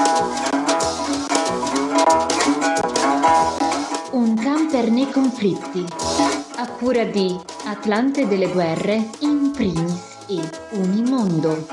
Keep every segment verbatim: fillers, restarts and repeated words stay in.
Un camper nei conflitti, a cura di Atlante delle guerre, in primis e Unimondo.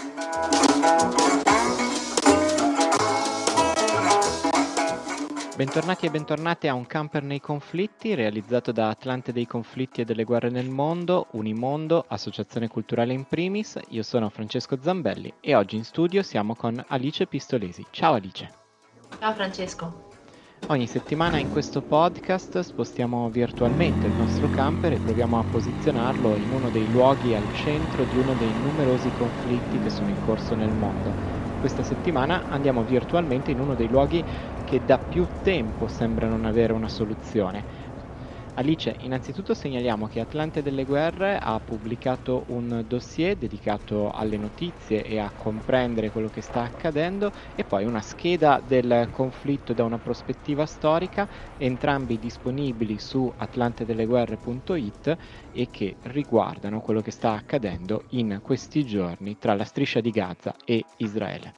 Bentornati e bentornate a Un camper nei conflitti, realizzato da Atlante dei conflitti e delle guerre nel mondo, Unimondo, associazione culturale in primis. Io sono Francesco Zambelli e oggi in studio siamo con Alice Pistolesi. Ciao Alice. Ciao Francesco. Ogni settimana in questo podcast spostiamo virtualmente il nostro camper e proviamo a posizionarlo in uno dei luoghi al centro di uno dei numerosi conflitti che sono in corso nel mondo. Questa settimana andiamo virtualmente in uno dei luoghi che da più tempo sembra non avere una soluzione. Alice, innanzitutto segnaliamo che Atlante delle Guerre ha pubblicato un dossier dedicato alle notizie e a comprendere quello che sta accadendo e poi una scheda del conflitto da una prospettiva storica, entrambi disponibili su atlantedeleguerre punto it e che riguardano quello che sta accadendo in questi giorni tra la striscia di Gaza e Israele.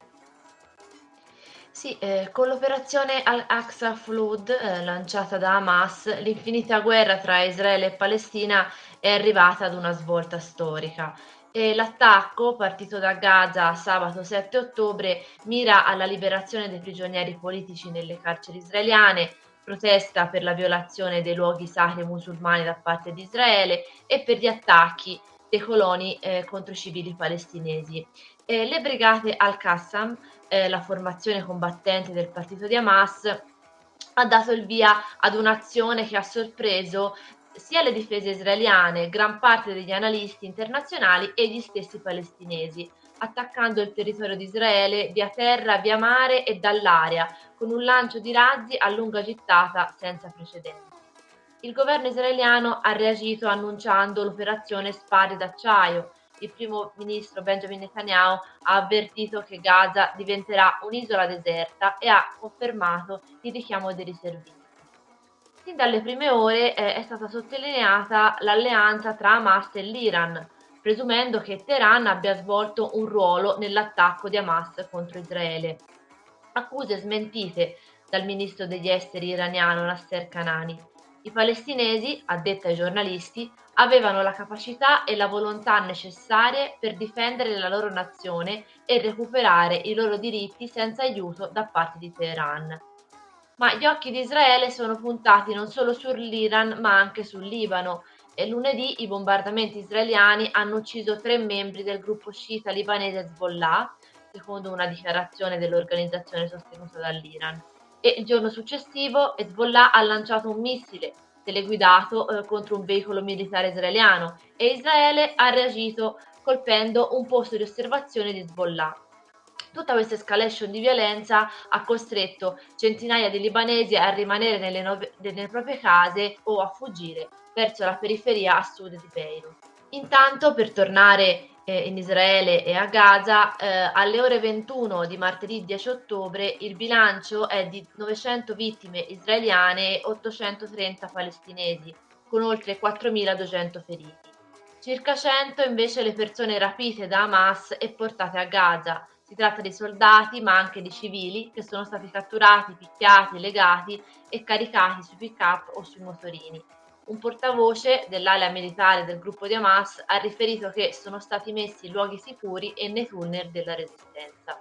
Sì, eh, con l'operazione Al-Aqsa Flood eh, lanciata da Hamas, l'infinita guerra tra Israele e Palestina è arrivata ad una svolta storica. E l'attacco, partito da Gaza sabato sette ottobre, mira alla liberazione dei prigionieri politici nelle carceri israeliane, protesta per la violazione dei luoghi sacri musulmani da parte di Israele e per gli attacchi dei coloni eh, contro i civili palestinesi. Eh, le brigate Al-Qassam, eh, la formazione combattente del partito di Hamas, ha dato il via ad un'azione che ha sorpreso sia le difese israeliane, gran parte degli analisti internazionali e gli stessi palestinesi, attaccando il territorio di Israele via terra, via mare e dall'aria, con un lancio di razzi a lunga gittata senza precedenti. Il governo israeliano ha reagito annunciando l'operazione Spade d'acciaio. Il primo ministro Benjamin Netanyahu ha avvertito che Gaza diventerà un'isola deserta e ha confermato il richiamo dei riservisti. Sin dalle prime ore eh, è stata sottolineata l'alleanza tra Hamas e l'Iran, presumendo che Teheran abbia svolto un ruolo nell'attacco di Hamas contro Israele. Accuse smentite dal ministro degli esteri iraniano Nasser Kanani. I palestinesi, a detta ai giornalisti, avevano la capacità e la volontà necessarie per difendere la loro nazione e recuperare i loro diritti senza aiuto da parte di Teheran. Ma gli occhi di Israele sono puntati non solo sull'Iran ma anche sul Libano e lunedì i bombardamenti israeliani hanno ucciso tre membri del gruppo sciita libanese Hezbollah, secondo una dichiarazione dell'organizzazione sostenuta dall'Iran. E il giorno successivo Hezbollah ha lanciato un missile teleguidato eh, contro un veicolo militare israeliano e Israele ha reagito colpendo un posto di osservazione di Hezbollah. Tutta questa escalation di violenza ha costretto centinaia di libanesi a rimanere nelle, nove, nelle proprie case o a fuggire verso la periferia a sud di Beirut. Intanto, per tornare eh, in Israele e a Gaza, eh, alle ore ventuno di martedì dieci ottobre il bilancio è di novecento vittime israeliane e ottocentotrenta palestinesi, con oltre quattromiladuecento feriti. Circa cento invece le persone rapite da Hamas e portate a Gaza. Si tratta di soldati, ma anche di civili, che sono stati catturati, picchiati, legati e caricati su pick-up o sui motorini. Un portavoce dell'ala militare del gruppo di Hamas ha riferito che sono stati messi in luoghi sicuri e nei tunnel della resistenza.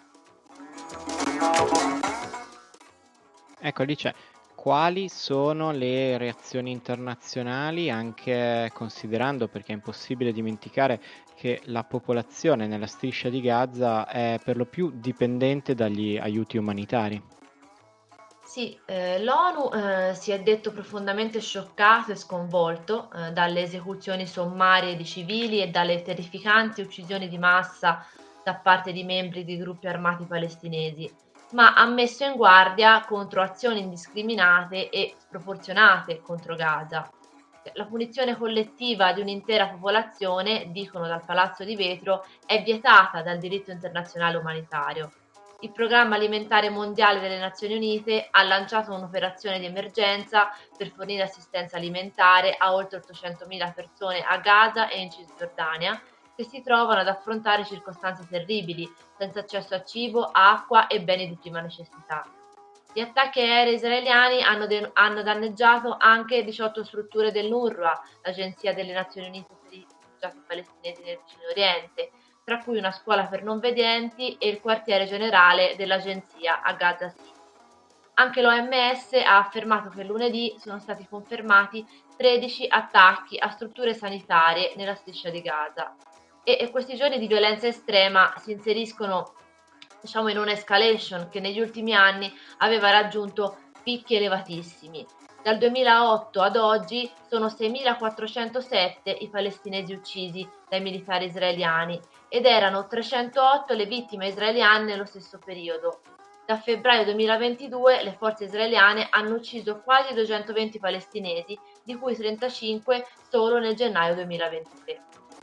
Ecco, Alice, quali sono le reazioni internazionali, anche considerando, perché è impossibile dimenticare che la popolazione nella striscia di Gaza è per lo più dipendente dagli aiuti umanitari? Sì, eh, l'ONU eh, si è detto profondamente scioccato e sconvolto eh, dalle esecuzioni sommarie di civili e dalle terrificanti uccisioni di massa da parte di membri di gruppi armati palestinesi, ma ha messo in guardia contro azioni indiscriminate e sproporzionate contro Gaza. La punizione collettiva di un'intera popolazione, dicono dal Palazzo di Vetro, è vietata dal diritto internazionale umanitario. Il Programma Alimentare Mondiale delle Nazioni Unite ha lanciato un'operazione di emergenza per fornire assistenza alimentare a oltre ottocentomila persone a Gaza e in Cisgiordania che si trovano ad affrontare circostanze terribili, senza accesso a cibo, acqua e beni di prima necessità. Gli attacchi aerei israeliani hanno, de- hanno danneggiato anche diciotto strutture dell'UNRWA, l'Agenzia delle Nazioni Unite per i rifugiati palestinesi nel vicino Oriente, tra cui una scuola per non vedenti e il quartiere generale dell'agenzia a Gaza City. Anche l'O M S ha affermato che lunedì sono stati confermati tredici attacchi a strutture sanitarie nella striscia di Gaza e, e questi giorni di violenza estrema si inseriscono, diciamo, in un'escalation che negli ultimi anni aveva raggiunto picchi elevatissimi. Dal duemilaotto ad oggi sono seimilaquattrocentosette i palestinesi uccisi dai militari israeliani ed erano trecentootto le vittime israeliane nello stesso periodo. Da febbraio duemilaventidue le forze israeliane hanno ucciso quasi duecentoventi palestinesi, di cui trentacinque solo nel gennaio duemilaventitré.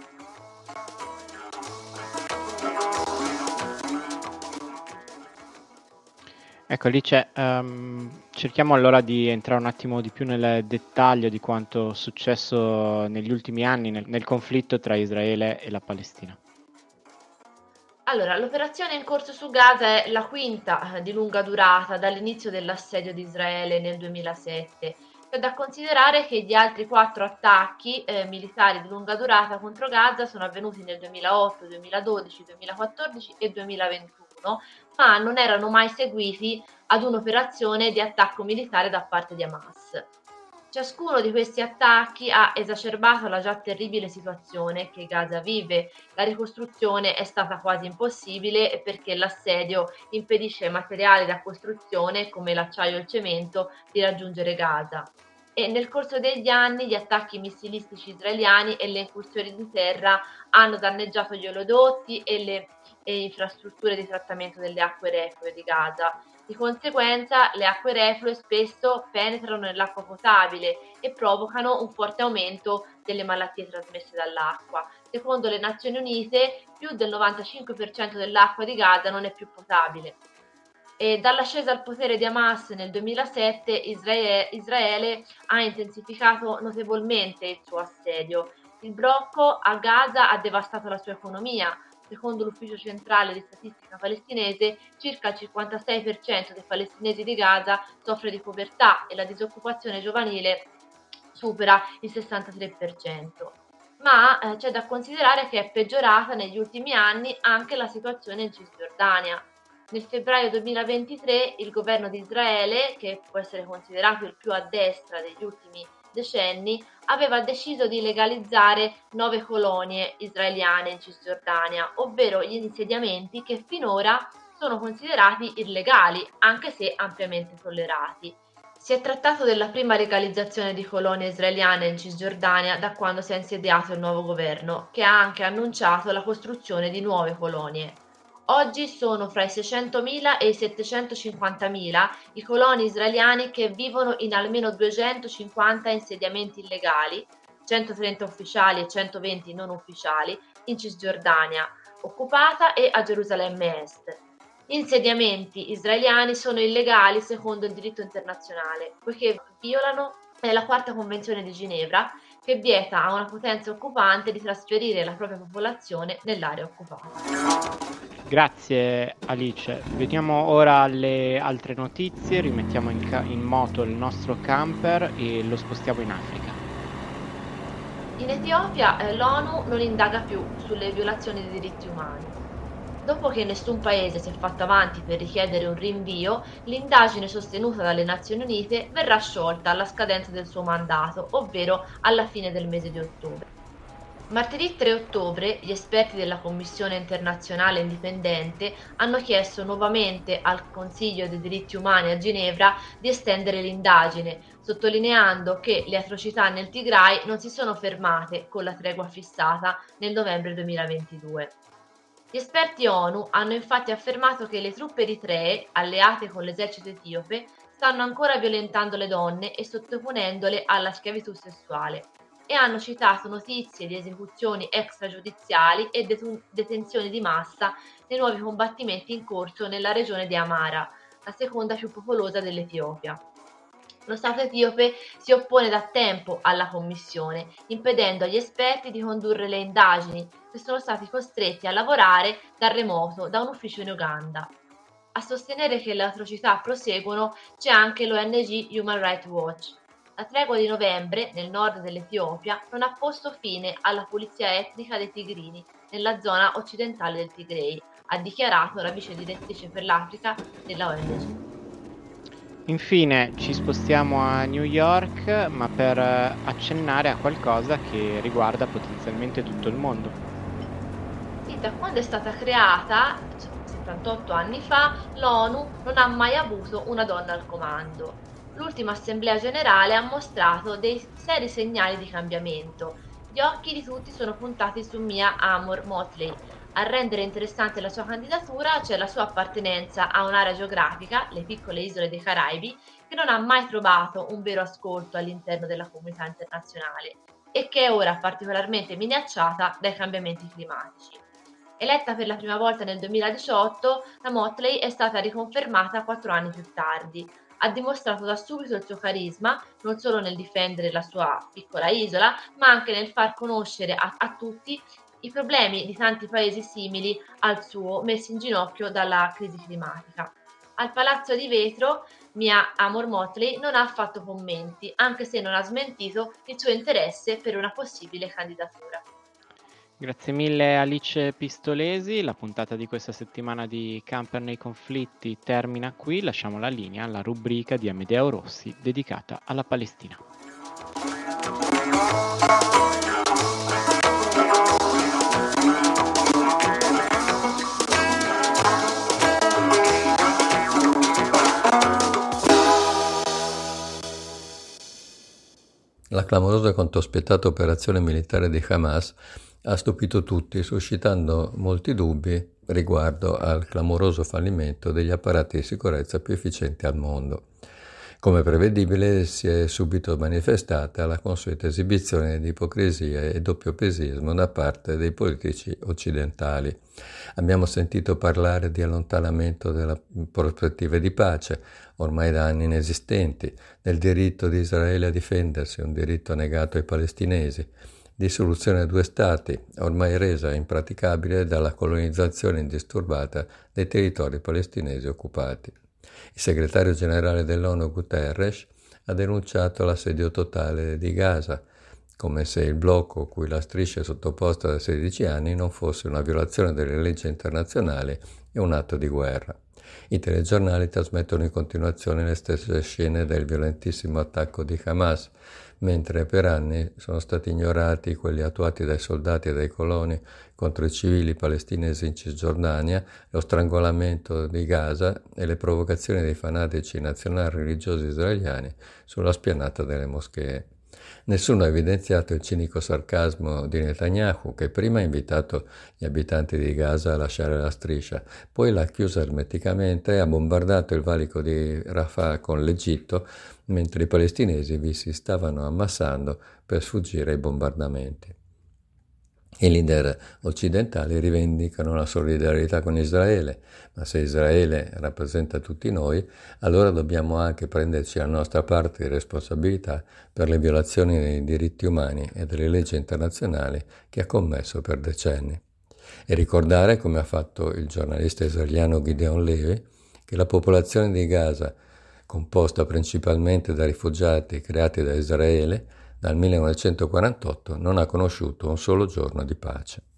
Ecco, Alice, ehm, cerchiamo allora di entrare un attimo di più nel dettaglio di quanto successo negli ultimi anni nel, nel conflitto tra Israele e la Palestina. Allora, l'operazione in corso su Gaza è la quinta eh, di lunga durata dall'inizio dell'assedio di Israele nel duemilasette. C'è da considerare che gli altri quattro attacchi eh, militari di lunga durata contro Gaza sono avvenuti nel duemilaotto, duemiladodici, duemilaquattordici e duemilaventuno, ma non erano mai seguiti ad un'operazione di attacco militare da parte di Hamas. Ciascuno di questi attacchi ha esacerbato la già terribile situazione che Gaza vive. La ricostruzione è stata quasi impossibile perché l'assedio impedisce ai materiali da costruzione, come l'acciaio e il cemento, di raggiungere Gaza. E nel corso degli anni gli attacchi missilistici israeliani e le incursioni di terra hanno danneggiato gli oleodotti e le e infrastrutture di trattamento delle acque reflue di Gaza. Di conseguenza, le acque reflue spesso penetrano nell'acqua potabile e provocano un forte aumento delle malattie trasmesse dall'acqua. Secondo le Nazioni Unite, più del novantacinque per cento dell'acqua di Gaza non è più potabile. E dall'ascesa al potere di Hamas nel duemilasette, Israele, Israele ha intensificato notevolmente il suo assedio. Il blocco a Gaza ha devastato la sua economia. Secondo l'Ufficio Centrale di Statistica Palestinese, circa il cinquantasei per cento dei palestinesi di Gaza soffre di povertà e la disoccupazione giovanile supera il sessantatré per cento. Ma eh, c'è da considerare che è peggiorata negli ultimi anni anche la situazione in Cisgiordania. Nel febbraio duemilaventitré il governo di Israele, che può essere considerato il più a destra degli ultimi decenni, aveva deciso di legalizzare nove colonie israeliane in Cisgiordania, ovvero gli insediamenti che finora sono considerati illegali, anche se ampiamente tollerati. Si è trattato della prima legalizzazione di colonie israeliane in Cisgiordania da quando si è insediato il nuovo governo, che ha anche annunciato la costruzione di nuove colonie. Oggi sono fra i seicentomila e i settecentocinquantamila i coloni israeliani che vivono in almeno duecentocinquanta insediamenti illegali, centotrenta ufficiali e centoventi non ufficiali, in Cisgiordania occupata e a Gerusalemme Est. Gli insediamenti israeliani sono illegali secondo il diritto internazionale, poiché violano la quarta convenzione di Ginevra, che vieta a una potenza occupante di trasferire la propria popolazione nell'area occupata. Grazie Alice, vediamo ora alle altre notizie, rimettiamo in, ca- in moto il nostro camper e lo spostiamo in Africa. In Etiopia eh, l'ONU non indaga più sulle violazioni dei diritti umani. Dopo che nessun paese si è fatto avanti per richiedere un rinvio, l'indagine sostenuta dalle Nazioni Unite verrà sciolta alla scadenza del suo mandato, ovvero alla fine del mese di ottobre. Martedì tre ottobre gli esperti della Commissione internazionale indipendente hanno chiesto nuovamente al Consiglio dei diritti umani a Ginevra di estendere l'indagine, sottolineando che le atrocità nel Tigray non si sono fermate con la tregua fissata nel novembre duemilaventidue. Gli esperti ONU hanno infatti affermato che le truppe eritree, alleate con l'esercito etiope, stanno ancora violentando le donne e sottoponendole alla schiavitù sessuale e hanno citato notizie di esecuzioni extragiudiziali e detu- detenzioni di massa nei nuovi combattimenti in corso nella regione di Amara, la seconda più popolosa dell'Etiopia. Lo Stato etiope si oppone da tempo alla commissione, impedendo agli esperti di condurre le indagini, che sono stati costretti a lavorare da remoto da un ufficio in Uganda. A sostenere che le atrocità proseguono c'è anche l'O N G Human Rights Watch. La tregua di novembre, nel nord dell'Etiopia, non ha posto fine alla pulizia etnica dei tigrini nella zona occidentale del Tigray, ha dichiarato la vice direttrice per l'Africa della O N G. Infine ci spostiamo a New York, ma per accennare a qualcosa che riguarda potenzialmente tutto il mondo. Sì, da quando è stata creata, settantotto anni fa, l'ONU non ha mai avuto una donna al comando. L'ultima assemblea generale ha mostrato dei seri segnali di cambiamento. Gli occhi di tutti sono puntati su Mia Amor Motley. A rendere interessante la sua candidatura c'è la sua appartenenza a un'area geografica, le piccole isole dei Caraibi, che non ha mai trovato un vero ascolto all'interno della comunità internazionale e che è ora particolarmente minacciata dai cambiamenti climatici. Eletta per la prima volta nel duemiladiciotto, la Motley è stata riconfermata quattro anni più tardi. Ha dimostrato da subito il suo carisma, non solo nel difendere la sua piccola isola, ma anche nel far conoscere a, a tutti i problemi di tanti paesi simili al suo, messi in ginocchio dalla crisi climatica. Al Palazzo di Vetro, Mia Amor Motley non ha fatto commenti, anche se non ha smentito il suo interesse per una possibile candidatura. Grazie mille Alice Pistolesi, la puntata di questa settimana di Camper nei conflitti termina qui, lasciamo la linea alla rubrica di Amedeo Rossi dedicata alla Palestina. La clamorosa quanto aspettata operazione militare di Hamas ha stupito tutti, suscitando molti dubbi riguardo al clamoroso fallimento degli apparati di sicurezza più efficienti al mondo. Come prevedibile, si è subito manifestata la consueta esibizione di ipocrisia e doppiopesismo da parte dei politici occidentali. Abbiamo sentito parlare di allontanamento delle prospettive di pace, ormai da anni inesistenti, del diritto di Israele a difendersi, un diritto negato ai palestinesi, di soluzione a due stati, ormai resa impraticabile dalla colonizzazione indisturbata dei territori palestinesi occupati. Il segretario generale dell'ONU Guterres ha denunciato l'assedio totale di Gaza, come se il blocco cui la striscia è sottoposta da sedici anni non fosse una violazione delle leggi internazionali e un atto di guerra. I telegiornali trasmettono in continuazione le stesse scene del violentissimo attacco di Hamas, mentre per anni sono stati ignorati quelli attuati dai soldati e dai coloni contro i civili palestinesi in Cisgiordania, lo strangolamento di Gaza e le provocazioni dei fanatici nazional-religiosi israeliani sulla spianata delle moschee. Nessuno ha evidenziato il cinico sarcasmo di Netanyahu, che prima ha invitato gli abitanti di Gaza a lasciare la striscia, poi l'ha chiusa ermeticamente e ha bombardato il valico di Rafah con l'Egitto, mentre i palestinesi vi si stavano ammassando per sfuggire ai bombardamenti. I leader occidentali rivendicano la solidarietà con Israele, ma se Israele rappresenta tutti noi, allora dobbiamo anche prenderci la nostra parte di responsabilità per le violazioni dei diritti umani e delle leggi internazionali che ha commesso per decenni. E ricordare, come ha fatto il giornalista israeliano Gideon Levy, che la popolazione di Gaza, composta principalmente da rifugiati creati da Israele, dal millenovecentoquarantotto non ha conosciuto un solo giorno di pace.